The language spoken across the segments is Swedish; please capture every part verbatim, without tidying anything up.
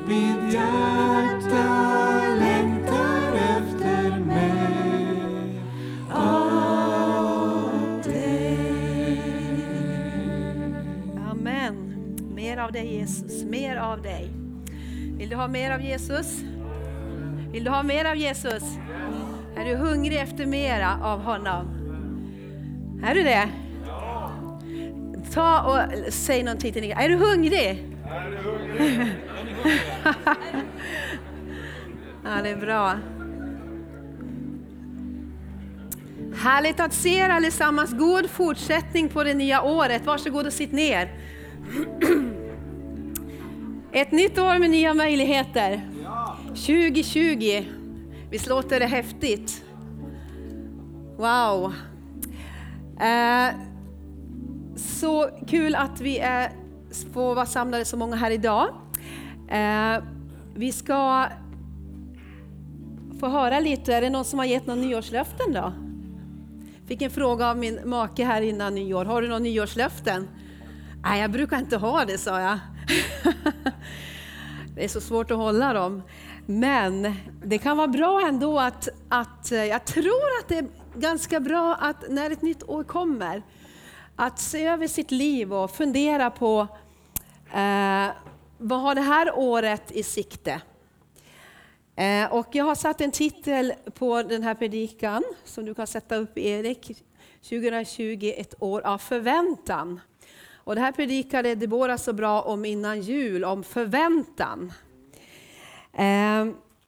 Mitt hjärta längtar efter mer av dig. Amen. Mer av dig, Jesus. Mer av dig. Vill du ha mer av Jesus? Vill du ha mer av Jesus? Är du hungrig efter mera av honom? Är du det? Ta och säg någonting till dig. Är du hungrig? Är du hungrig? Ja, det är bra. Härligt att se er allesammans. God fortsättning på det nya året. Varsågod och sitt ner. Ett nytt år med nya möjligheter. tjugo tjugo. Visst låter det häftigt? Wow. Eh, så kul att vi är, får vara samlade så många här idag. Eh, vi ska få höra lite. Är det någon som har gett någon nyårslöften då? Fick en fråga av min make här innan nyår. Har du någon nyårslöften? Nej, jag brukar inte ha det, sa jag. Det är så svårt att hålla dem. Men det kan vara bra ändå att, att jag tror att det är ganska bra att när ett nytt år kommer att se över sitt liv och fundera på eh, vad har det här året i sikte. Eh, och jag har satt en titel på den här predikan som du kan sätta upp, Erik. tjugo tjugo, ett år av förväntan. Och det här predikade Deborah så bra om innan jul, om förväntan. Eh,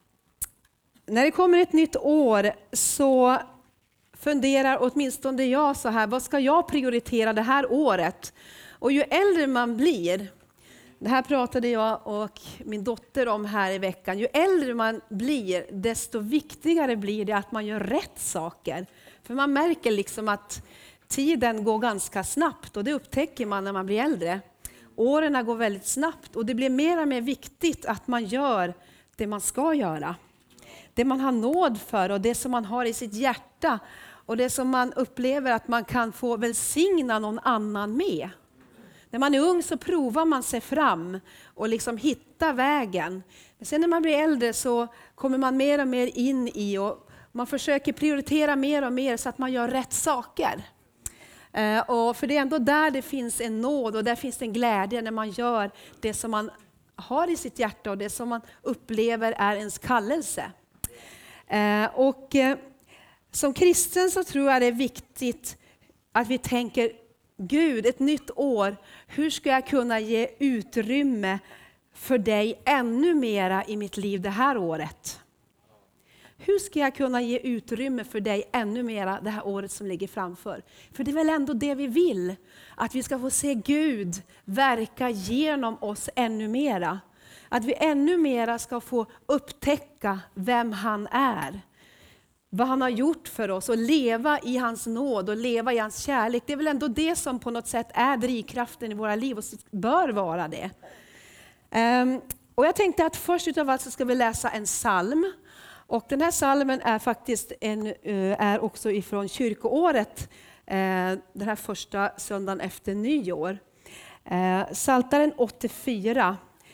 när det kommer ett nytt år så funderar åtminstone jag så här, vad ska jag prioritera det här året? Och ju äldre man blir, det här pratade jag och min dotter om här i veckan, ju äldre man blir desto viktigare blir det att man gör rätt saker. För man märker liksom att tiden går ganska snabbt och det upptäcker man när man blir äldre. Åren går väldigt snabbt och det blir mer och mer viktigt att man gör det man ska göra. Det man har nåd för och det som man har i sitt hjärta och det som man upplever att man kan få välsigna någon annan med. När man är ung så provar man sig fram och liksom hittar vägen. Men sen när man blir äldre så kommer man mer och mer in i och man försöker prioritera mer och mer så att man gör rätt saker. Uh, och för det är ändå där det finns en nåd och där finns en glädje när man gör det som man har i sitt hjärta och det som man upplever är ens kallelse. Uh, och uh, som kristen så tror jag det är viktigt att vi tänker, Gud, ett nytt år, hur ska jag kunna ge utrymme för dig ännu mera i mitt liv det här året? Hur ska jag kunna ge utrymme för dig ännu mera det här året som ligger framför? För det är väl ändå det vi vill. Att vi ska få se Gud verka genom oss ännu mera. Att vi ännu mera ska få upptäcka vem han är. Vad han har gjort för oss och leva i hans nåd och leva i hans kärlek. Det är väl ändå det som på något sätt är drivkraften i våra liv och bör vara det. Um, och jag tänkte att först utav allt så ska vi läsa en psalm. Och den här psalmen är faktiskt en, är också ifrån kyrkoåret, den här första söndagen efter nyår. Psaltaren åttiofyra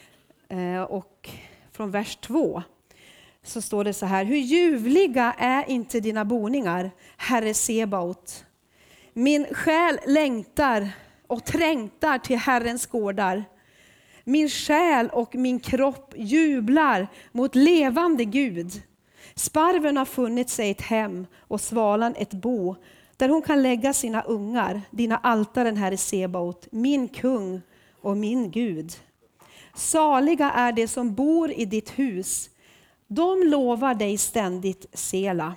och från vers två så står det så här: hur ljuvliga är inte dina boningar, Herre Sebaot. Min själ längtar och trängtar till Herrens gårdar. Min själ och min kropp jublar mot levande Gud. Sparven har funnit sig ett hem och svalan ett bo där hon kan lägga sina ungar, dina altaren, Herre Sebaot, min kung och min Gud. Saliga är de som bor i ditt hus. De lovar dig ständigt, Sela.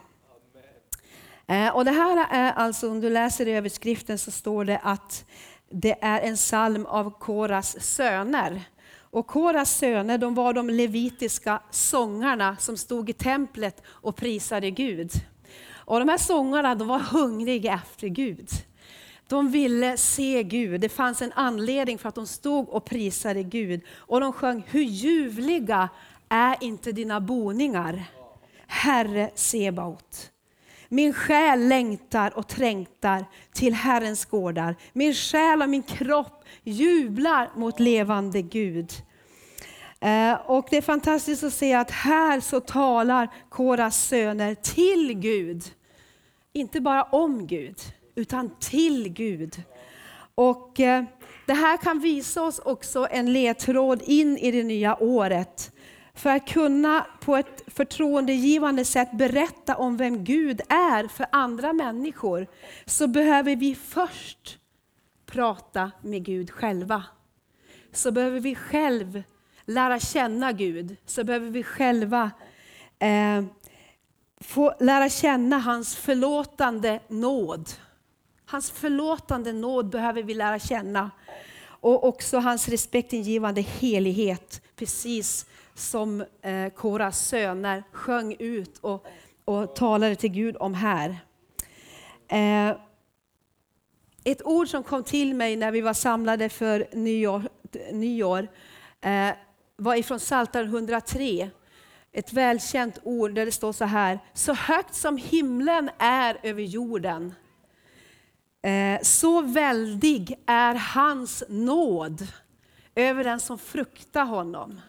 Eh, och det här är alltså, om du läser i överskriften så står det att det är en psalm av Koras söner. Och Koras söner, de var de levitiska sångarna som stod i templet och prisade Gud. Och de här sångarna, de var hungriga efter Gud. De ville se Gud. Det fanns en anledning för att de stod och prisade Gud. Och de sjöng, hur ljuvliga är inte dina boningar, Herre Sebaot. Min själ längtar och trängtar till Herrens gårdar. Min själ och min kropp jublar mot levande Gud. Eh, och det är fantastiskt att se att här så talar Koras söner till Gud. Inte bara om Gud, utan till Gud. Och eh, det här kan visa oss också en ledtråd in i det nya året. För att kunna på ett förtroendegivande sätt berätta om vem Gud är för andra människor, så behöver vi först prata med Gud själva. Så behöver vi själv lära känna Gud. Så behöver vi själva eh, få lära känna hans förlåtande nåd. Hans förlåtande nåd behöver vi lära känna. Och också hans respektingivande helighet. Precis som eh, Koras söner sjöng ut och, och talade till Gud om här. Eh, ett ord som kom till mig när vi var samlade för nyår, nyår eh, var ifrån Psaltaren hundratre. Ett välkänt ord där det står så här: så högt som himlen är över jorden, eh, så väldig är hans nåd över den som fruktar honom.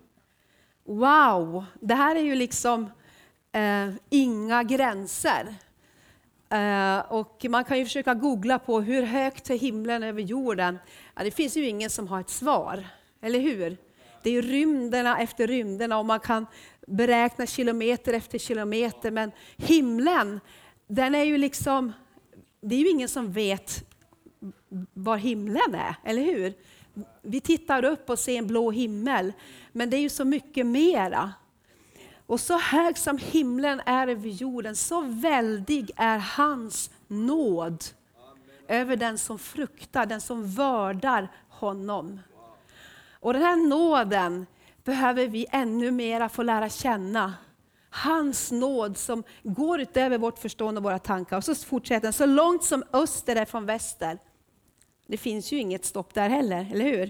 Wow, det här är ju liksom eh, inga gränser. Eh, och man kan ju försöka googla på hur högt är himlen över jorden. Ja, det finns ju ingen som har ett svar, eller hur? Det är ju rymderna efter rymderna och man kan beräkna kilometer efter kilometer. Men himlen, den är ju liksom, det är ju ingen som vet var himlen är, eller hur? Vi tittar upp och ser en blå himmel, men det är ju så mycket mera. Och så hög som himlen är över jorden, så väldig är hans nåd över den som fruktar, den som vördar honom. Och den här nåden behöver vi ännu mera få lära känna. Hans nåd som går utöver vårt förstånd och våra tankar. Och så fortsätter den, så långt som öster är från väster. Det finns ju inget stopp där heller, eller hur?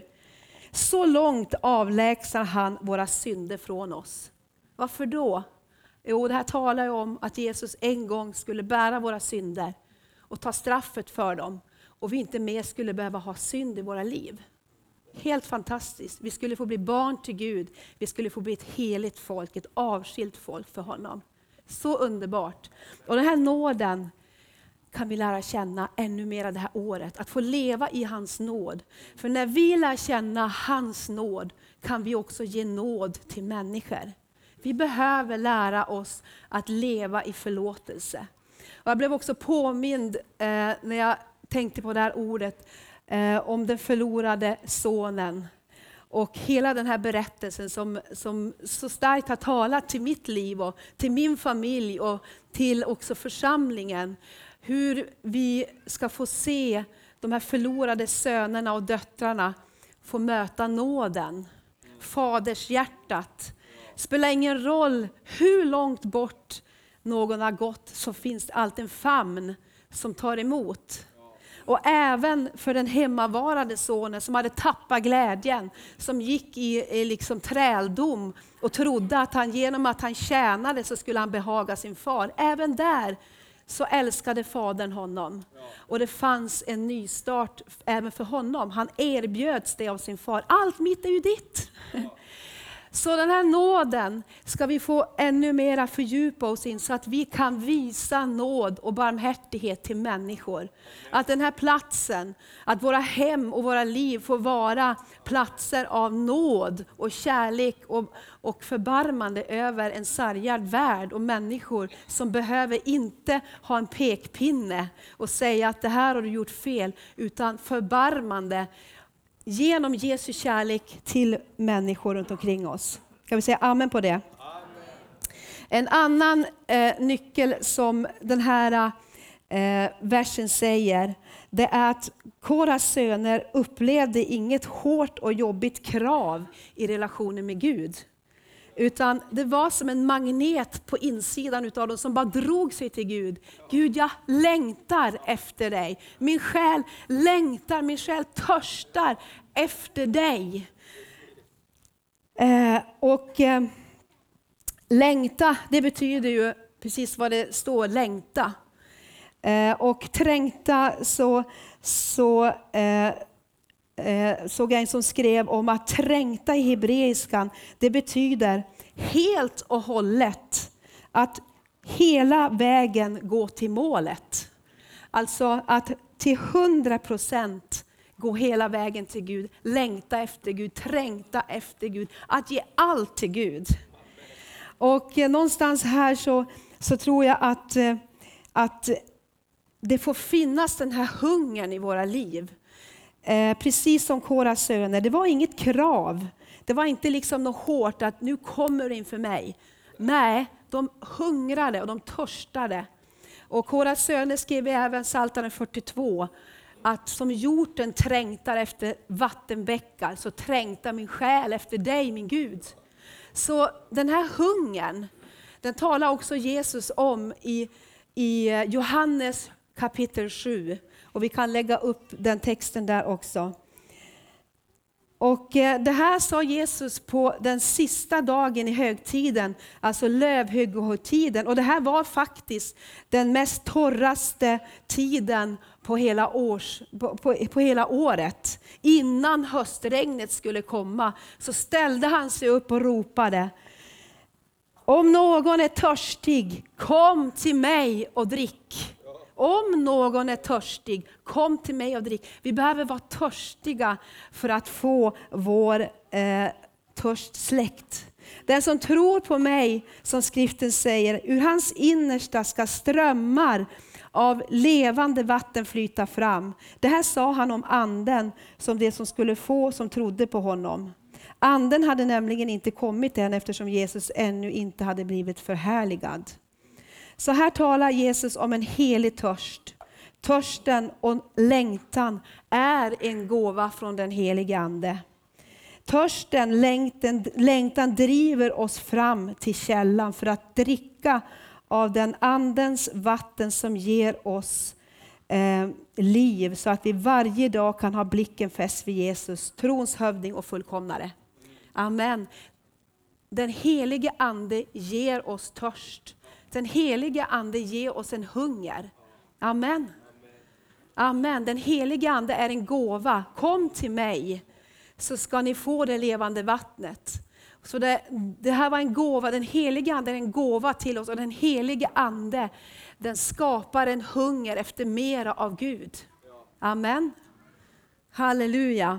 Så långt avlägsnar han våra synder från oss. Varför då? Jo, det här talar ju om att Jesus en gång skulle bära våra synder och ta straffet för dem. Och vi inte mer skulle behöva ha synd i våra liv. Helt fantastiskt. Vi skulle få bli barn till Gud. Vi skulle få bli ett heligt folk, ett avskilt folk för honom. Så underbart. Och den här nåden kan vi lära känna ännu mer det här året. Att få leva i hans nåd. För när vi lär känna hans nåd kan vi också ge nåd till människor. Vi behöver lära oss att leva i förlåtelse. Och jag blev också påmind eh, när jag tänkte på det här ordet eh, om den förlorade sonen. Och hela den här berättelsen som, som så starkt har talat till mitt liv och till min familj och till också församlingen. Hur vi ska få se de här förlorade sönerna och döttrarna få möta nåden. Faders hjärtat. Spelar ingen roll hur långt bort någon har gått, så finns det alltid en famn som tar emot. Och även för den hemmavarande sonen som hade tappat glädjen, som gick i, i liksom träldom och trodde att han genom att han tjänade så skulle han behaga sin far. Även där så älskade fadern honom. Och det fanns en nystart även för honom. Han erbjöds det av sin far. Allt mitt är ju ditt. Så den här nåden ska vi få ännu mera fördjupa oss in så att vi kan visa nåd och barmhärtighet till människor. Att den här platsen, att våra hem och våra liv får vara platser av nåd och kärlek och, och förbarmande över en sargad värld och människor som behöver inte ha en pekpinne och säga att det här har du gjort fel, utan förbarmande genom Jesu kärlek till människor runt omkring oss. Kan vi säga amen på det? Amen. En annan eh, nyckel som den här eh, versen säger, det är att Koras söner upplevde inget hårt och jobbigt krav i relationen med Gud. Utan det var som en magnet på insidan utav dem som bara drog sig till Gud. Gud, jag längtar efter dig. Min själ längtar, min själ törstar efter dig. Eh, och eh, längta, det betyder ju precis vad det står, längta. Eh, och trängta så, så eh, eh, såg jag en som skrev om att trängta i hebreiskan, det betyder helt och hållet, att hela vägen gå till målet. Alltså att till hundra procent gå hela vägen till Gud, längta efter Gud, trängta efter Gud, att ge allt till Gud. Och eh, någonstans här så, så tror jag att, eh, att det får finnas den här hungern i våra liv. Eh, precis som Koras söner, det var inget krav. Det var inte liksom något hårt att nu kommer du inför mig. Nej, de hungrade och de törstade. Och Koras söner skrev även Psaltaren fyrtiotvå att som hjorten trängtar efter vattenbäckar så trängtar min själ efter dig, min Gud. Så den här hungern, den talar också Jesus om i, i Johannes kapitel sju. Och vi kan lägga upp den texten där också. Och det här sa Jesus på den sista dagen i högtiden, alltså lövhögghögtiden. Och det här var faktiskt den mest torraste tiden på hela, års, på, på, på hela året. Innan höstregnet skulle komma så ställde han sig upp och ropade: om någon är törstig, kom till mig och drick. Om någon är törstig, kom till mig och drick. Vi behöver vara törstiga för att få vår eh, törst släckt. Den som tror på mig, som skriften säger, ur hans innersta ska strömmar av levande vatten flyta fram. Det här sa han om anden som det som skulle få som trodde på honom. Anden hade nämligen inte kommit än eftersom Jesus ännu inte hade blivit förhärligad. Så här talar Jesus om en helig törst. Törsten och längtan är en gåva från den helige ande. Törsten, längtan, längtan driver oss fram till källan för att dricka av den andens vatten som ger oss eh, liv. Så att vi varje dag kan ha blicken fäst vid Jesus, trons hövding och fullkomnare. Amen. Den helige ande ger oss törst. Den helige ande ger oss en hunger. Amen. Amen. Den helige ande är en gåva. Kom till mig så ska ni få det levande vattnet. Så det, det här var en gåva. Den helige ande är en gåva till oss. Och den helige ande, den skapar en hunger efter mera av Gud. Amen. Halleluja.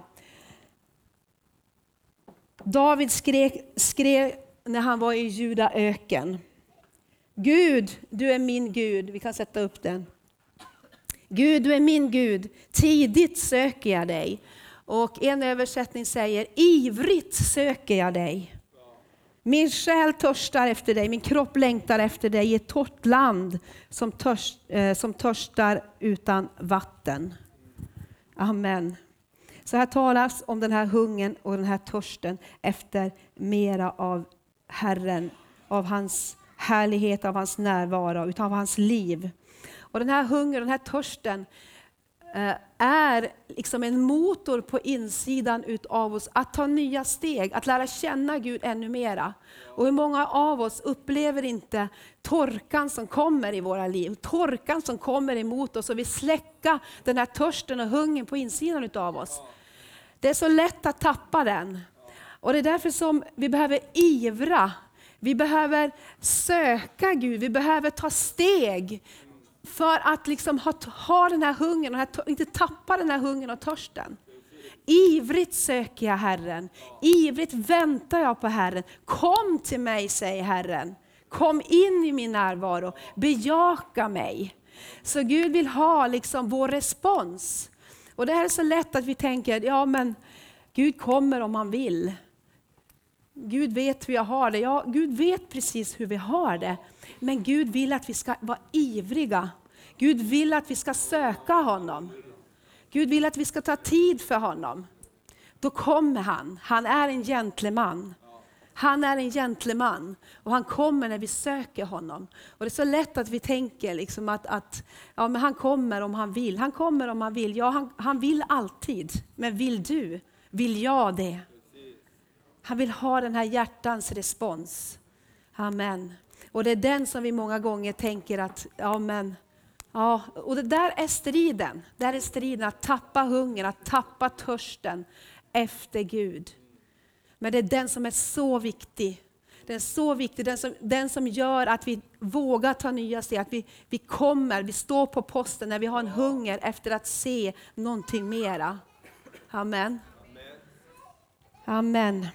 David skrek, skrev när han var i Judaöken: Gud, du är min Gud. Vi kan sätta upp den. Gud, du är min Gud. Tidigt söker jag dig. Och en översättning säger: ivrigt söker jag dig. Min själ törstar efter dig. Min kropp längtar efter dig i ett torrt land som, törst, eh, som törstar utan vatten. Amen. Så här talas om den här hungern och den här törsten efter mera av Herren, av hans härlighet, av hans närvaro, utav hans liv. Och den här hungern, den här törsten eh, är liksom en motor på insidan utav oss att ta nya steg, att lära känna Gud ännu mera. Och hur många av oss upplever inte torkan som kommer i våra liv, torkan som kommer emot oss och vill släcka den här törsten och hungern på insidan utav oss. Det är så lätt att tappa den. Och det är därför som vi behöver ivra. Vi behöver söka Gud. Vi behöver ta steg för att liksom ha, ha den här hungern och inte tappa den här hungern och törsten. Ivrigt söker jag Herren. Ivrigt väntar jag på Herren. Kom till mig, säger Herren. Kom in i min närvaro. Bejaka mig. Så Gud vill ha liksom vår respons. Och det här är så lätt att vi tänker, ja men Gud kommer om han vill. Gud vet hur jag har det. Ja, Gud vet precis hur vi har det. Men Gud vill att vi ska vara ivriga. Gud vill att vi ska söka honom. Gud vill att vi ska ta tid för honom. Då kommer han. Han är en gentleman. Han är en gentleman. Och han kommer när vi söker honom. Och det är så lätt att vi tänker liksom att, att ja, men han kommer om han vill. Han kommer om han vill. Ja, han, han vill alltid. Men vill du? Vill jag det? Han vill ha den här hjärtans respons. Amen. Och det är den som vi många gånger tänker att ja men, Ja, och det där är striden. Där är striden att tappa hungern, att tappa törsten efter Gud. Men det är den som är så viktig. Den är så viktig, den som, den som gör att vi vågar ta nya steg. Att vi, vi kommer, vi står på posten när vi har en hunger efter att se någonting mera. Amen. Amen.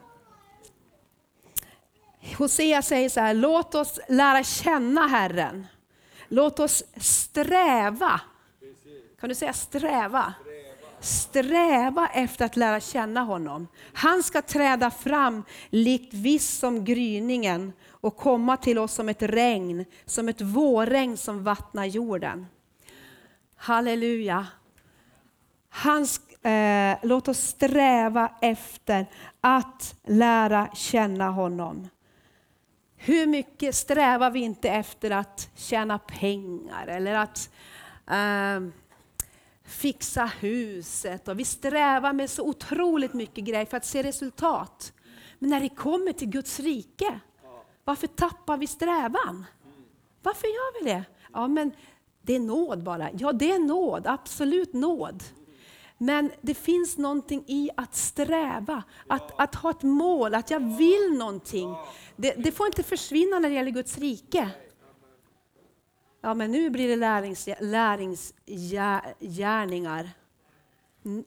Hosea säger så här, låt oss lära känna Herren. Låt oss sträva. Kan du säga sträva? Sträva efter att lära känna honom. Han ska träda fram likt viss som gryningen och komma till oss som ett regn, som ett vårregn som vattnar jorden. Halleluja. Han, eh, låt oss sträva efter att lära känna honom. Hur mycket strävar vi inte efter att tjäna pengar eller att eh, fixa huset. Och vi strävar med så otroligt mycket grejer för att se resultat. Men när det kommer till Guds rike, varför tappar vi strävan? Varför gör vi det? Ja, men det är nåd bara. Ja, det är nåd. Absolut nåd. Men det finns någonting i att sträva, att, att ha ett mål, att jag vill någonting. Det, det får inte försvinna när det gäller Guds rike. Ja, men nu blir det lärings, läringsgärningar. Mm.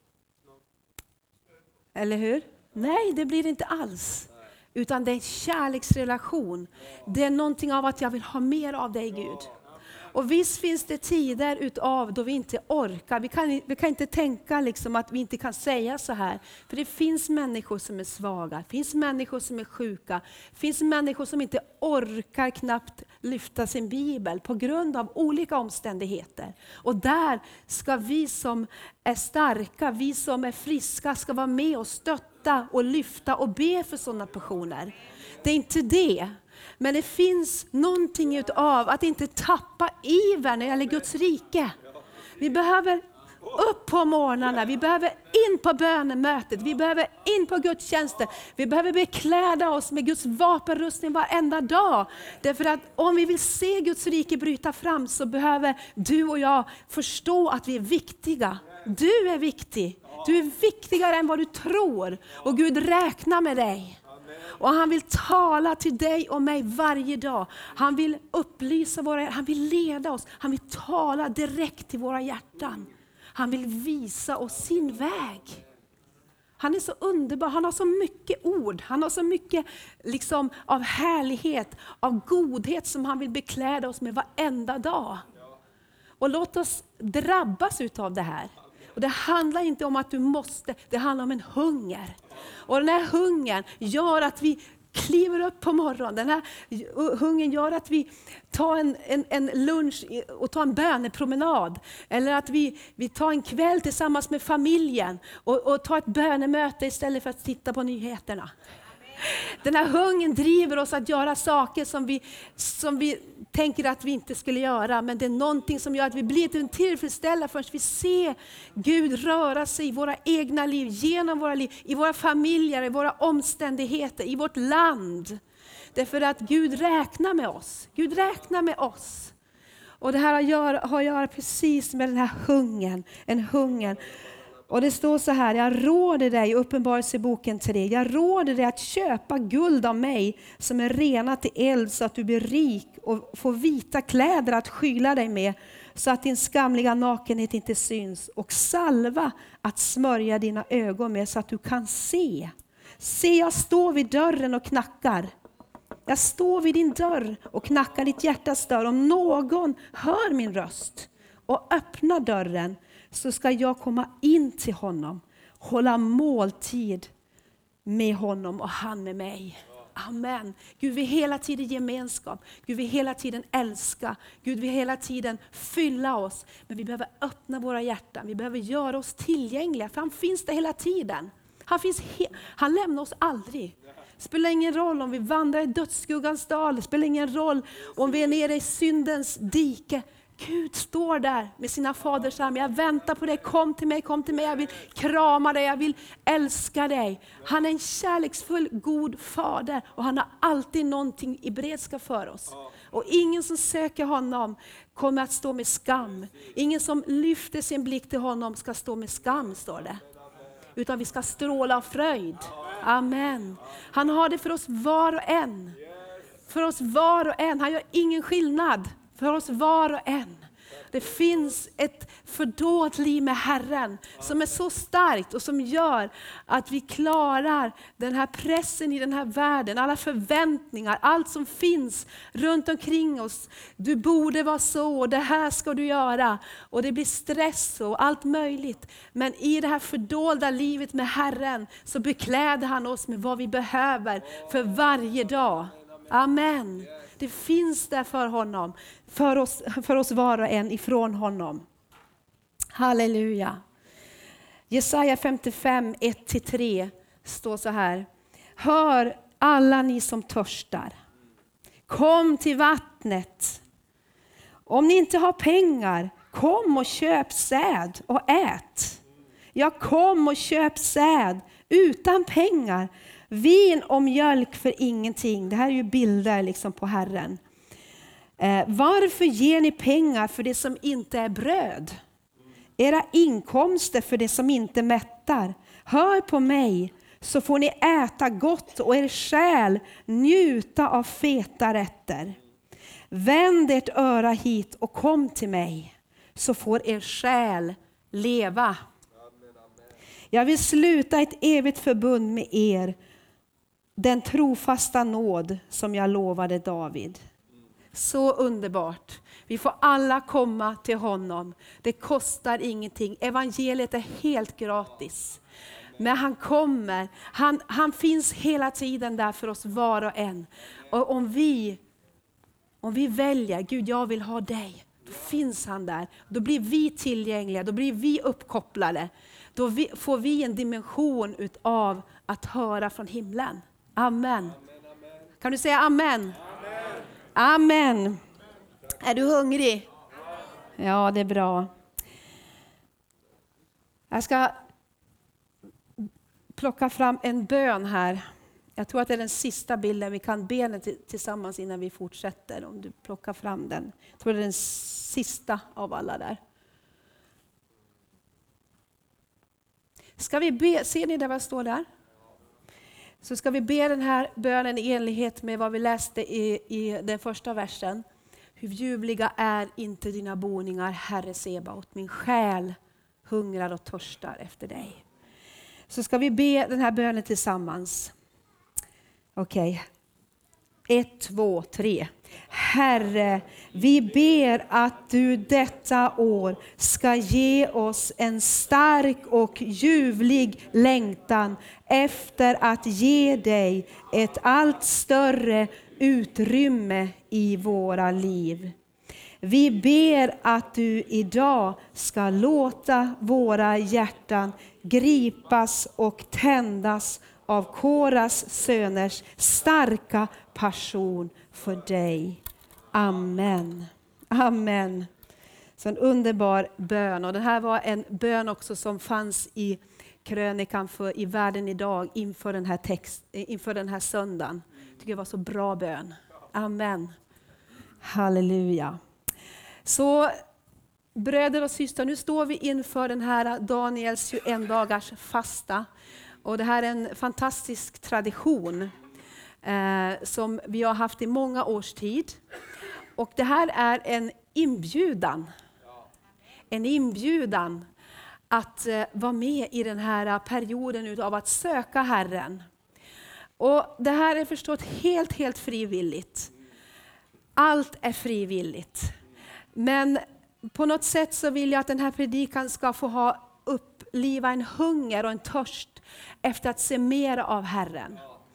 Eller hur? Nej, det blir det inte alls. Utan det är kärleksrelation. Det är någonting av att jag vill ha mer av dig, Gud. Och visst finns det tider utav då vi inte orkar. Vi kan, vi kan inte tänka liksom att vi inte kan säga så här. För det finns människor som är svaga. Det finns människor som är sjuka. Det finns människor som inte orkar knappt lyfta sin bibel på grund av olika omständigheter. Och där ska vi som är starka, vi som är friska ska vara med och stötta och lyfta och be för sådana personer. Det är inte det. Men det finns någonting utav att inte tappa ivern när det gäller Guds rike. Vi behöver upp på morgnarna, vi behöver in på bönemötet, vi behöver in på gudstjänsten. Vi behöver bekläda oss med Guds vapenrustning varenda dag. Därför att om vi vill se Guds rike bryta fram så behöver du och jag förstå att vi är viktiga. Du är viktig. Du är viktigare än vad du tror. Och Gud räknar med dig. Och han vill tala till dig och mig varje dag. Han vill upplysa våra, han vill leda oss. Han vill tala direkt till våra hjärtan. Han vill visa oss sin väg. Han är så underbar, han har så mycket ord. Han har så mycket liksom, av härlighet, av godhet som han vill bekläda oss med varenda dag. Och låt oss drabbas utav det här. Och det handlar inte om att du måste, det handlar om en hunger. Och den här hungern gör att vi kliver upp på morgonen. Den här hungern gör att vi tar en, en, en lunch och tar en bönepromenad. Eller att vi, vi tar en kväll tillsammans med familjen och, och tar ett bönemöte istället för att titta på nyheterna. Den här hungern driver oss att göra saker som vi, som vi tänker att vi inte skulle göra. Men det är någonting som gör att vi blir inte tillfredsställda förrän vi ser Gud röra sig i våra egna liv, genom våra liv, i våra familjer, i våra omständigheter, i vårt land. Därför att Gud räknar med oss. Gud räknar med oss. Och det här har att göra, har att göra precis med den här hungern. En hunger. Och det står så här, jag råder dig, Uppenbarelseboken tre, jag råder dig att köpa guld av mig som är renat i eld så att du blir rik och får vita kläder att skyla dig med så att din skamliga nakenhet inte syns och salva att smörja dina ögon med så att du kan se. Se, jag står vid dörren och knackar. Jag står vid din dörr och knackar ditt hjärtas dörr. Om någon hör min röst och öppnar dörren så ska jag komma in till honom, hålla måltid med honom och han med mig. Amen. Gud vill hela tiden gemenskap. Gud vill hela tiden älska. Gud vill hela tiden fylla oss. Men vi behöver öppna våra hjärtan. Vi behöver göra oss tillgängliga. För han finns där hela tiden. Han, finns he- han lämnar oss aldrig. Det spelar ingen roll om vi vandrar i dödsskuggans dal. Det spelar ingen roll om vi är nere i syndens dike. Gud står där med sina faders arm. Jag väntar på dig, kom till mig, kom till mig. Jag vill krama dig, jag vill älska dig. Han är en kärleksfull, god fader. Och han har alltid någonting i beredskap för oss. Och ingen som söker honom kommer att stå med skam. Ingen som lyfter sin blick till honom ska stå med skam, står det. Utan vi ska stråla av fröjd. Amen. Han har det för oss var och en. För oss var och en. Han gör ingen skillnad. För oss var och en. Det finns ett fördolt liv med Herren som är så starkt och som gör att vi klarar den här pressen i den här världen. Alla förväntningar, allt som finns runt omkring oss. Du borde vara så, det här ska du göra. Och det blir stress och allt möjligt. Men i det här fördolda livet med Herren så bekläder han oss med vad vi behöver för varje dag. Amen. Det finns där för honom, för oss, för oss var och en ifrån honom. Halleluja. Jesaja femtiofem, ett till tre står så här. Hör alla ni som törstar. Kom till vattnet. Om ni inte har pengar, kom och köp säd och ät. Ja, kom och köp säd utan pengar. Vin och mjölk för ingenting. Det här är ju bilder liksom på Herren. Eh, varför ger ni pengar för det som inte är bröd? Era inkomster för det som inte mättar. Hör på mig så får ni äta gott och er själ njuta av feta rätter. Vänd ert öra hit och kom till mig så får er själ leva. Jag vill sluta ett evigt förbund med er. Den trofasta nåd som jag lovade David. Så underbart. Vi får alla komma till honom. Det kostar ingenting. Evangeliet är helt gratis. Men han kommer. Han, han finns hela tiden där för oss var och en. Och om vi, om vi väljer, Gud jag vill ha dig. Då finns han där. Då blir vi tillgängliga. Då blir vi uppkopplade. Då vi, får vi en dimension utav att höra från himlen. Amen. Kan du säga amen? Amen. Amen. Är du hungrig? Ja, det är bra. Jag ska plocka fram en bön här. Jag tror att det är den sista bilden. Vi kan be den tillsammans innan vi fortsätter. Om du plockar fram den. Jag tror det är den sista av alla där. Ska vi be? Ser ni där vad står där? Så ska vi be den här bönen i enlighet med vad vi läste i, i den första versen. Hur ljuvliga är inte dina boningar, Herre Sebaot. Min själ hungrar och törstar efter dig. Så ska vi be den här bönen tillsammans. Okej. Okay. Ett, två, tre. Herre, vi ber att du detta år ska ge oss en stark och ljuvlig längtan efter att ge dig ett allt större utrymme i våra liv. Vi ber att du idag ska låta våra hjärtan gripas och tändas av Koras söners starka passion för dig. Amen. Amen. Så en underbar bön. Och det här var en bön också som fanns i krönikan för i världen idag inför den här, text, inför den här söndagen. Jag tycker det var så bra bön. Amen. Halleluja. Så bröder och systrar, nu står vi inför den här Daniels tjugoett dagars fasta. Och det här är en fantastisk tradition eh, som vi har haft i många års tid. Och det här är en inbjudan. En inbjudan att eh, vara med i den här perioden av att söka Herren. Och det här är förstås helt, helt frivilligt. Allt är frivilligt. Men på något sätt så vill jag att den här predikan ska få ha uppliva en hunger och en törst efter att se mer av Herren.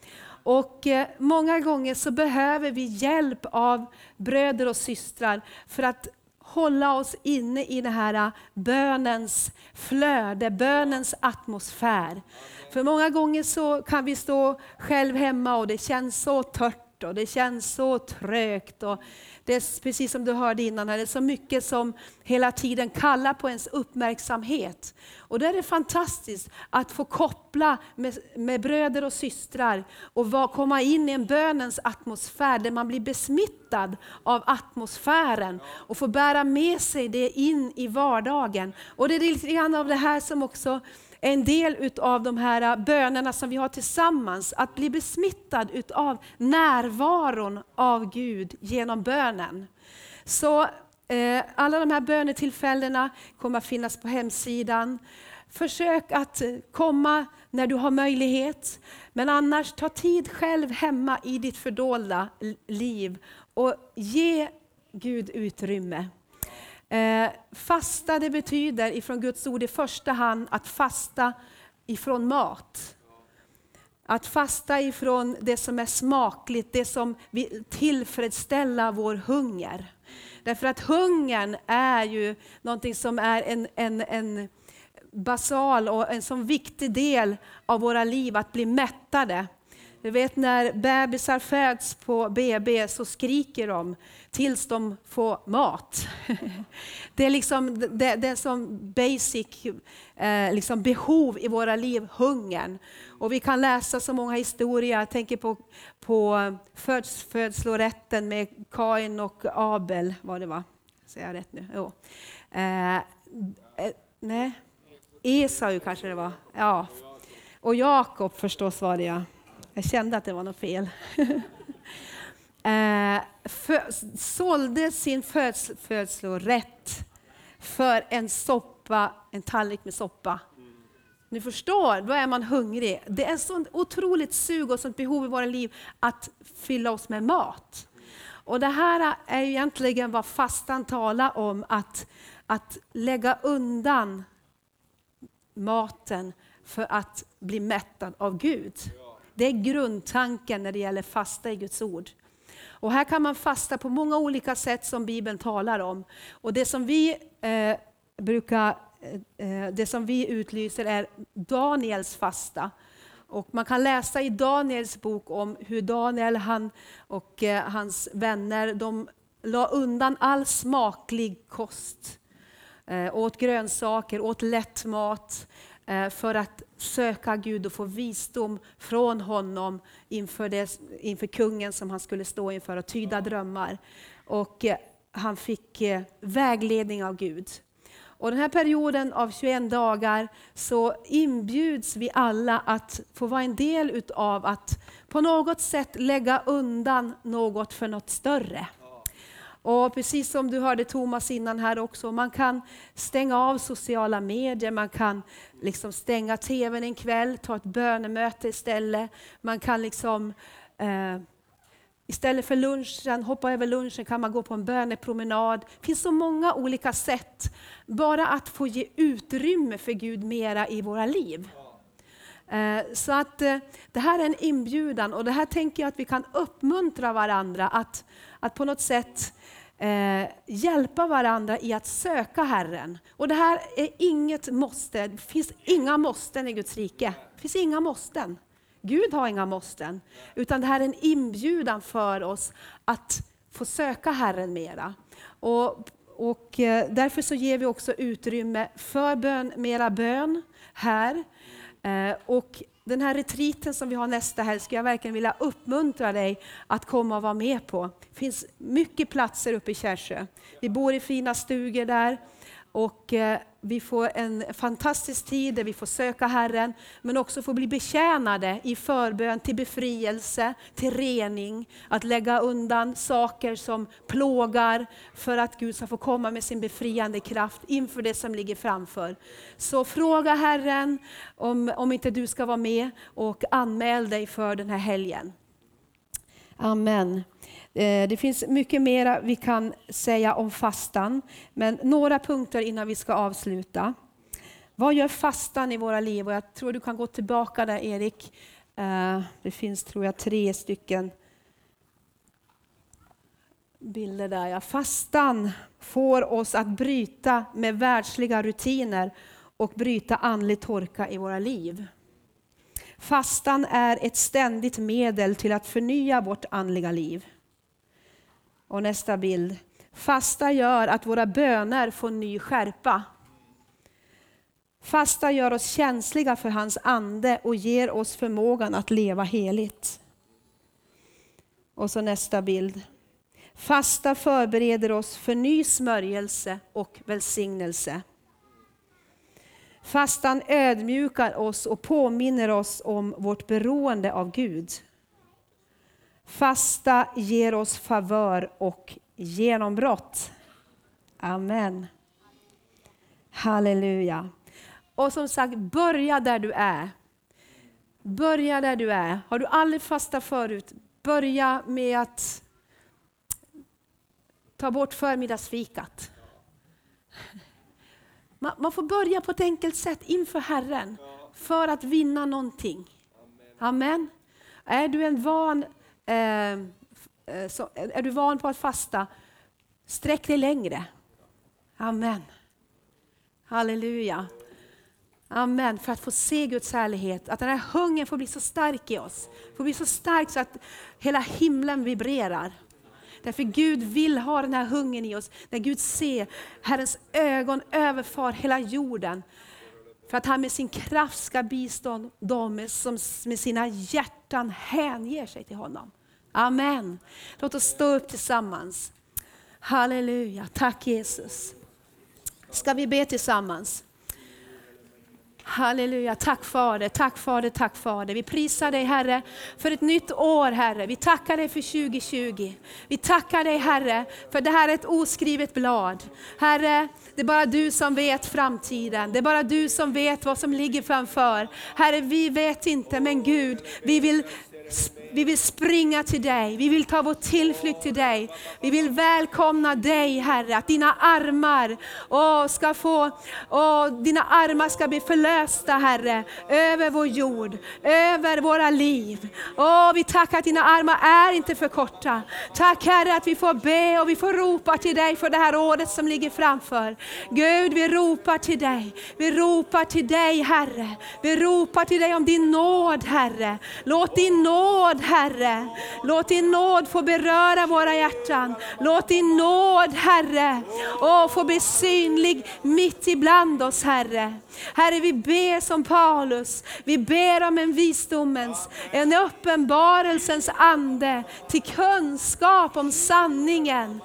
Och eh, många gånger så behöver vi hjälp av bröder och systrar för att hålla oss inne i det här bönens flöde, bönens atmosfär. För många gånger så kan vi stå själv hemma och det känns så tört och det känns så trögt. Och det är precis som du hörde innan, här, det är så mycket som hela tiden kallar på ens uppmärksamhet. Och det är fantastiskt att få koppla med, med bröder och systrar och var, komma in i en bönens atmosfär där man blir besmittad av atmosfären och får bära med sig det in i vardagen. Och det är lite grann av det här som också är en del av de här bönerna som vi har tillsammans. Att bli besmittad av närvaron av Gud genom bönen. Så eh, alla de här bönetillfällena kommer att finnas på hemsidan. Försök att komma när du har möjlighet. Men annars ta tid själv hemma i ditt fördolda liv. Och ge Gud utrymme. Eh, fasta, det betyder ifrån Guds ord i första hand att fasta ifrån mat. Att fasta ifrån det som är smakligt, det som vill tillfredsställa vår hunger. Därför att hungern är ju någonting som är en, en, en basal och en så viktig del av våra liv, att bli mättade. Du vet när bebisar föds på B B så skriker de tills de får mat. Det är liksom det, det är som basic eh, liksom behov i våra liv, hungern. Och vi kan läsa så många historier. Jag tänker på, på föds, födslorätten med Kain och Abel, vad det var. Säger jag rätt nu? Jo. Eh, eh, nej, Esau kanske det var. Ja. Och Jakob förstås var det, ja. Jag kände att det var något fel. eh, för, sålde sin föds, födslorätt för en soppa, en tallrik med soppa. Ni förstår, då är man hungrig. Det är ett sånt otroligt sug och sånt behov i våra liv att fylla oss med mat. Och det här är ju egentligen vad fastan talar om, att, att lägga undan maten för att bli mättad av Gud. Det är grundtanken när det gäller fasta i Guds ord. Och här kan man fasta på många olika sätt som Bibeln talar om. Och det som vi eh, brukar, eh, det som vi utlyser är Daniels fasta. Och man kan läsa i Daniels bok om hur Daniel han och eh, hans vänner, de la undan all smaklig kost. Eh, åt grönsaker, åt lätt mat. För att söka Gud och få visdom från honom inför, det, inför kungen som han skulle stå inför och tyda drömmar. Och han fick vägledning av Gud. Och den här perioden av tjugoett dagar så inbjuds vi alla att få vara en del utav att på något sätt lägga undan något för något större. Och precis som du hörde Thomas innan här också, man kan stänga av sociala medier, man kan liksom stänga tvn en kväll, ta ett bönemöte istället. Man kan liksom, eh, istället för lunchen, hoppa över lunchen kan man gå på en bönepromenad. Det finns så många olika sätt, bara att få ge utrymme för Gud mera i våra liv. Eh, så att eh, det här är en inbjudan, och det här tänker jag att vi kan uppmuntra varandra att, att på något sätt Eh, hjälpa varandra i att söka Herren. Och det här är inget måste. Det finns inga måsten i Guds rike. Det finns inga måsten. Gud har inga måsten. Utan det här är en inbjudan för oss att få söka Herren mera. Och, och eh, därför så ger vi också utrymme för bön, mera bön här. Eh, och den här retriten som vi har nästa helg ska jag verkligen vilja uppmuntra dig att komma och vara med på. Det finns mycket platser uppe i Kärsjö. Vi bor i fina stugor där och eh, vi får en fantastisk tid där vi får söka Herren, men också få bli betjänade i förbön till befrielse, till rening, att lägga undan saker som plågar för att Gud ska få komma med sin befriande kraft inför det som ligger framför. Så fråga Herren om, om inte du ska vara med och anmäl dig för den här helgen. Amen. Det finns mycket mer vi kan säga om fastan, men några punkter innan vi ska avsluta. Vad gör fastan i våra liv? Och jag tror du kan gå tillbaka där, Erik. Det finns, tror jag, tre stycken bilder där. Ja, fastan får oss att bryta med världsliga rutiner och bryta andlig torka i våra liv. Fastan är ett ständigt medel till att förnya vårt andliga liv. Och nästa bild. Fasta gör att våra böner får ny skärpa. Fasta gör oss känsliga för hans ande och ger oss förmågan att leva heligt. Och så nästa bild. Fasta förbereder oss för ny smörjelse och välsignelse. Fastan ödmjukar oss och påminner oss om vårt beroende av Gud. Fasta ger oss favör och genombrott. Amen. Halleluja. Och som sagt, börja där du är. Börja där du är. Har du aldrig fastat förut? Börja med att ta bort förmiddagsfikat. Man, man får börja på ett enkelt sätt inför Herren för att vinna någonting. Amen. Är du en van eh, så, är du van på att fasta, sträck dig längre. Amen. Halleluja. Amen. För att få se Guds härlighet. Att den här hungern får bli så stark i oss. Får bli så stark så att hela himlen vibrerar. Därför Gud vill ha den här hungern i oss. När Gud ser Herrens ögon överfar hela jorden. För att han med sin kraft ska bistå dem som med sina hjärtan hänger sig till honom. Amen. Låt oss stå upp tillsammans. Halleluja. Tack Jesus. Ska vi be tillsammans? Halleluja, tack Fader, tack Fader, tack Fader. Vi prisar dig Herre för ett nytt år Herre. Vi tackar dig för tjugo tjugo. Vi tackar dig Herre för det här är ett oskrivet blad. Herre, det är bara du som vet framtiden. Det är bara du som vet vad som ligger framför. Herre, vi vet inte, men Gud, vi vill Vi vill springa till dig. Vi vill ta vår tillflykt till dig. Vi vill välkomna dig Herre. Att dina armar åh, ska få, åh, dina armar ska bli förlösta Herre. Över vår jord. Över våra liv. Åh, vi tackar att dina armar är inte för korta. Tack Herre att vi får be och vi får ropa till dig för det här året som ligger framför. Gud, vi ropar till dig. Vi ropar till dig Herre. Vi ropar till dig om din nåd Herre. Låt din nåd Herre, låt din nåd få beröra våra hjärtan. Låt din nåd Herre åh, få bli synlig mitt ibland oss Herre. Herre, vi ber som Paulus. Vi ber om en visdomens, en uppenbarelsens ande till kunskap om sanningen.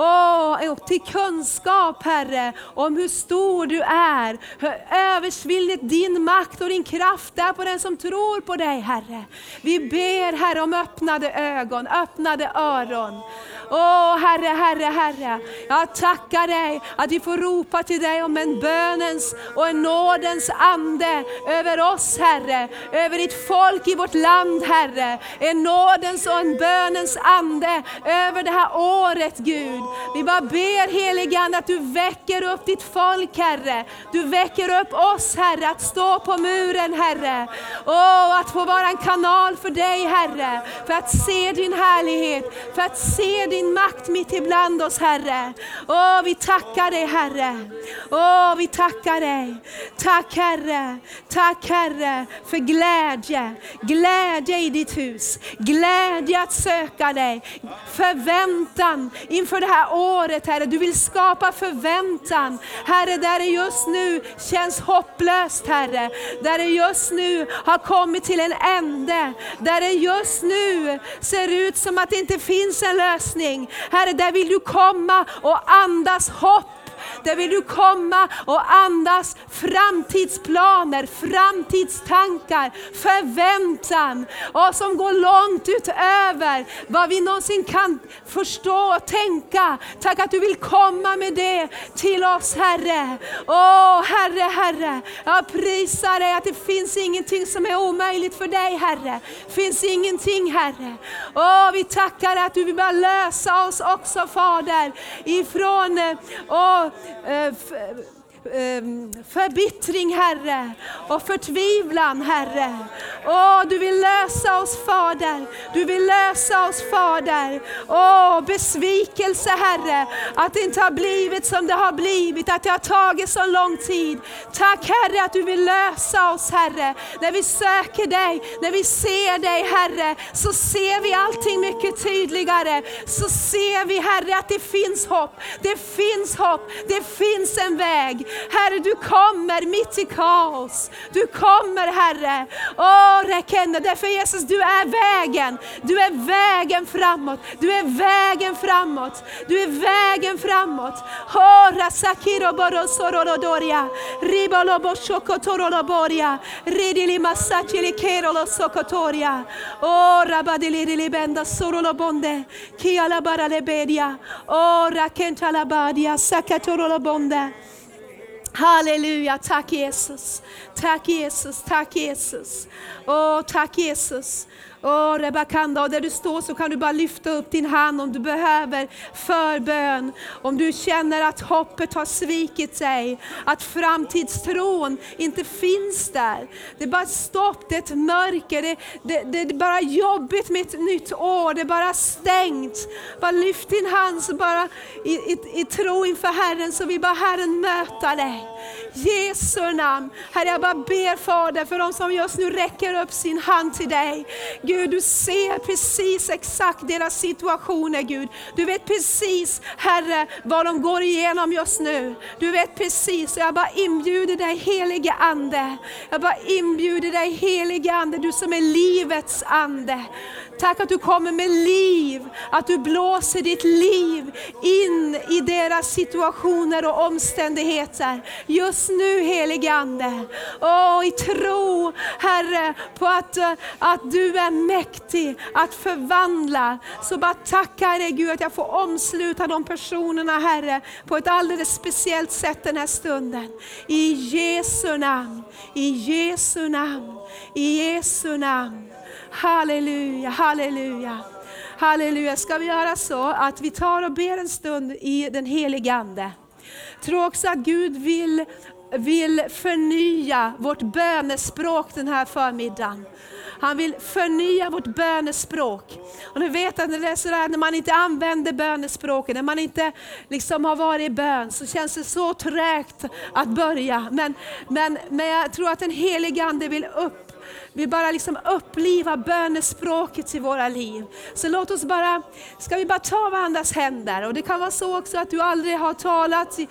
Åh, till kunskap Herre om hur stor du är. Hur översvillligt din makt och din kraft är på den som tror på dig Herre. Vi ber Herre om öppnade ögon, öppnade öron. Åh Herre, Herre, Herre. Jag tackar dig att vi får ropa till dig om en bönens och en nådens ande över oss Herre. Över ditt folk i vårt land Herre. En nådens och en bönens ande över det här året Gud. Vi bara ber helige Ande att du väcker upp ditt folk Herre. Du väcker upp oss Herre att stå på muren Herre. Åh, att få vara en kanal för dig Herre. För att se din härlighet. För att se din makt mitt ibland oss Herre. Åh, vi tackar dig Herre. Åh, vi tackar dig. Tack Herre. Tack Herre för glädje. Glädje i ditt hus. Glädje att söka dig. Förväntan inför det här året Herre. Du vill skapa förväntan. Herre, där det just nu känns hopplöst Herre. Där det just nu har kommit till en ände. Där det just nu ser ut som att det inte finns en lösning. Herre, där vill du komma och andas hopp. Där vill du komma och andas framtidsplaner, framtidstankar, förväntan. Och som går långt utöver vad vi någonsin kan förstå och tänka. Tack att du vill komma med det till oss Herre. Åh Herre, Herre. Jag prisar dig att det finns ingenting som är omöjligt för dig Herre. Finns ingenting Herre. Åh, vi tackar att du vill bara lösa oss också Fader. Ifrån åh, förbittring, Herre, och förtvivlan, Herre. Åh, du vill lösa oss, Fader. Du vill lösa oss, Fader. Åh, besvikelse, Herre, att det inte har blivit som det har blivit, att det har tagit så lång tid. Tack, Herre, att du vill lösa oss, Herre. När vi söker dig, när vi ser dig, Herre, så ser vi allting mycket tydligare. Så ser vi, Herre, att det finns hopp. Det finns hopp. Det finns en väg. Herre, du kommer mitt i kaos. Du kommer, Herre. Åh, räkende. Därför, Jesus, du är vägen. Du är vägen framåt. Du är vägen framåt. Du är vägen framåt. Åh, rasakiro borosorodoria. Ribolobo shokotoroloboria. Ridili masachili kerolo sokotoria. Åh, rabadili benda sorolobonde. Kiala baralebedia. Åh, rakentalabadia. Sakatorolobonde. Halleluja, tack Jesus, tack Jesus, tack Jesus, åh tack Jesus. Åh, Rebakanda, och där du står så kan du bara lyfta upp din hand om du behöver förbön. Om du känner att hoppet har svikit dig, att framtidstron inte finns där. Det är bara stopp, det är ett mörker, det, det, det är bara jobbigt med ett nytt år, det är bara stängt. Bara lyft din hand så bara i, i, i tro inför Herren, så vill bara Herren möta dig. Jesu namn. Herre, jag bara ber, Fader, för de som just nu räcker upp sin hand till dig. Gud, du ser precis exakt deras situationer, Gud. Du vet precis, Herre, vad de går igenom just nu. Du vet precis, och jag bara inbjuder dig, helige Ande. Jag bara inbjuder dig, helige Ande, du som är livets ande. Tack att du kommer med liv, att du blåser ditt liv in i deras situationer och omständigheter. Just nu, helige Ande. Åh, i tro, Herre, på att, att du är mäktig att förvandla. Så bara tackar dig, Gud, att jag får omsluta de personerna, Herre, på ett alldeles speciellt sätt den här stunden. I Jesu namn, i Jesu namn, i Jesu namn. Halleluja, halleluja, halleluja. Ska vi göra så att vi tar och ber en stund i den helige Ande. Tror också att Gud vill, vill förnya vårt bönespråk den här förmiddagen. Han vill förnya vårt bönespråk. Och ni vet att när, det är så där, när man inte använder bönespråket, när man inte liksom har varit i bön, så känns det så trägt att börja. Men, men, men jag tror att den helige Ande vill upp. Vi bara liksom uppliva bönespråket i våra liv. Så låt oss bara, ska vi bara ta varandras händer. Och det kan vara så också att du aldrig har talat,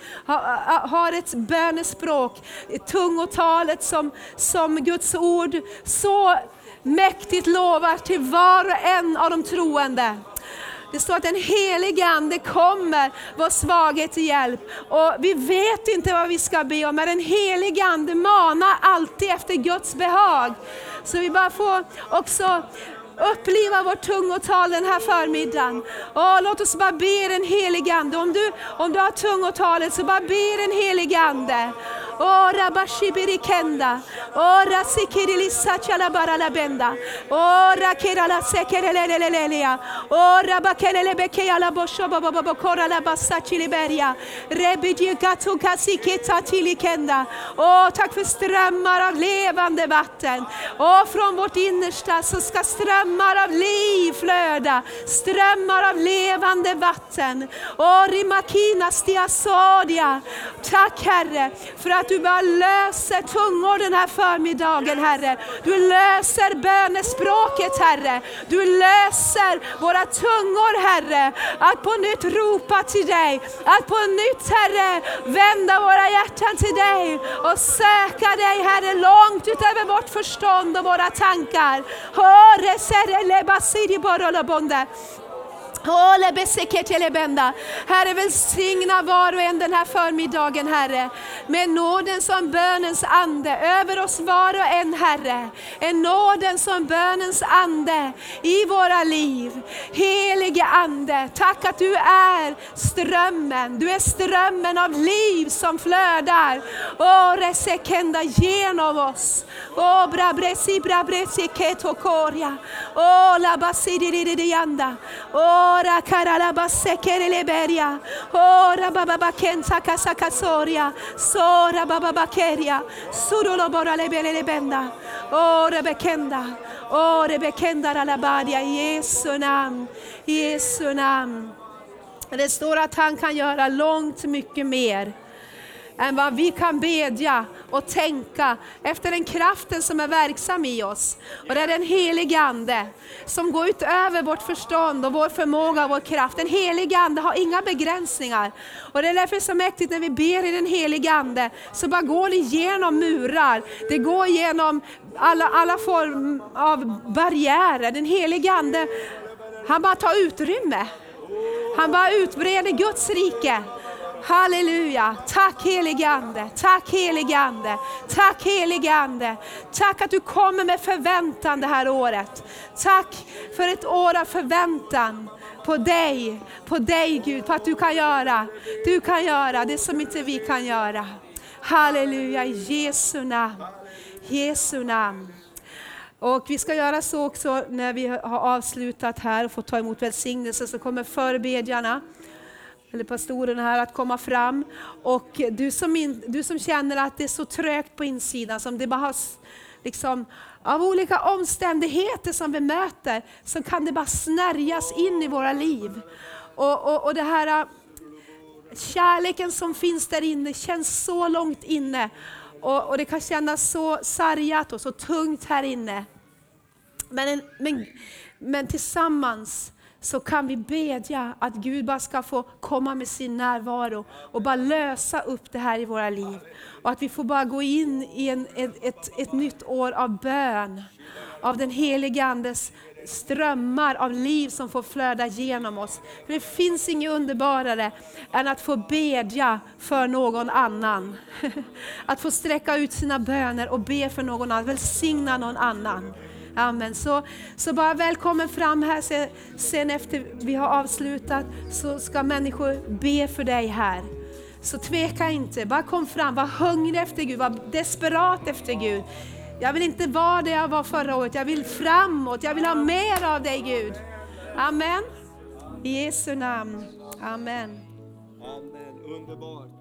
har ett bönespråk, tungotalet som, som Guds ord så mäktigt lovar till var och en av de troende. Det står att den helige Ande kommer vår svaghet till hjälp. Och vi vet inte vad vi ska be om, men den helige Ande manar alltid efter Guds behag. Så vi bara får också uppliva vårt tungotal den här förmiddagen. Och låt oss bara be den helige Ande. Om du, om du har tungotalet, så bara be den helige Ande. Ora bashibirikenda, ora sikirilisha chalabara la benda, ora kerala sekerelelelelea, ora bakelele bekeya la boshoba baba kora la basachi liberia, rebidi gatu kasiketa tilikenda. Åh, tack för strömmar av levande vatten. Och från vårt innersta så ska strömmar av liv flöda, strömmar av levande vatten. Åh, rimakina stiasodia. Tack, Herre, för att du bara löser tungor den här förmiddagen, Herre. Du löser bönespråket, Herre. Du löser våra tungor, Herre. Att på nytt ropa till dig. Att på nytt, Herre, vända våra hjärtan till dig. Och söka dig, Herre, långt utöver vårt förstånd och våra tankar. Hore sere lebasidi borolobonde. Herre, välsigna var och en den här förmiddagen, Herre, med nåden som bönens ande över oss var och en, Herre. En nåden som bönens ande i våra liv. Helige Ande, tack att du är strömmen. Du är strömmen av liv som flödar. Åh, resekenda genom oss. Åh, brabresi, brabresi, ketokoria. Åh, labasidi, anda. Åh, Ora karalabasekereleberia. Ora bababakenta kasakasoria. Sora bababakeria. Surulobora lebelebenda. Ora bekenda. Ora bekenda ralabadia. I Jesu namn. I Jesu namn. Det står att han kan göra långt mycket mer än vad vi kan bedja och tänka efter den kraften som är verksam i oss. Och det är den helige ande som går utöver vårt förstånd och vår förmåga och vår kraft. Den helige ande har inga begränsningar. Och det är därför så mäktigt när vi ber i den helige ande så bara går det igenom murar. Det går igenom alla, alla former av barriärer. Den helige ande, han bara tar utrymme. Han bara utbreder Guds rike. Halleluja. Tack helige ande. Tack helige ande. Tack helige ande. Tack att du kommer med förväntan det här året. Tack för ett år av förväntan på dig. På dig Gud. På att du kan göra. Du kan göra det som inte vi kan göra. Halleluja. I Jesu namn. Jesu namn. Och vi ska göra så också när vi har avslutat här och fått ta emot välsignelse, så kommer förebedjarna eller pastorerna här att komma fram. Och du som, in, du som känner att det är så trögt på insidan, som det bara har liksom, av olika omständigheter som vi möter, så kan det bara snärjas in i våra liv. Och, och, och det här kärleken som finns där inne känns så långt inne. Och, och det kan kännas så sargat och så tungt här inne. Men, men, men tillsammans så kan vi bedja att Gud bara ska få komma med sin närvaro och bara lösa upp det här i våra liv. Och att vi får bara gå in i en, ett, ett, ett nytt år av bön. Av den helige andes strömmar av liv som får flöda genom oss. För det finns inget underbarare än att få bedja för någon annan. Att få sträcka ut sina böner och be för någon annan. Välsigna någon annan. Amen. Så, så bara välkommen fram här. Sen, sen efter vi har avslutat så ska människor be för dig här. Så tveka inte. Bara kom fram. Var hungrig efter Gud. Var desperat efter Gud. Jag vill inte vara där jag var förra året. Jag vill framåt. Jag vill ha mer av dig Gud. Amen. I Jesu namn. Amen. Amen. Underbart.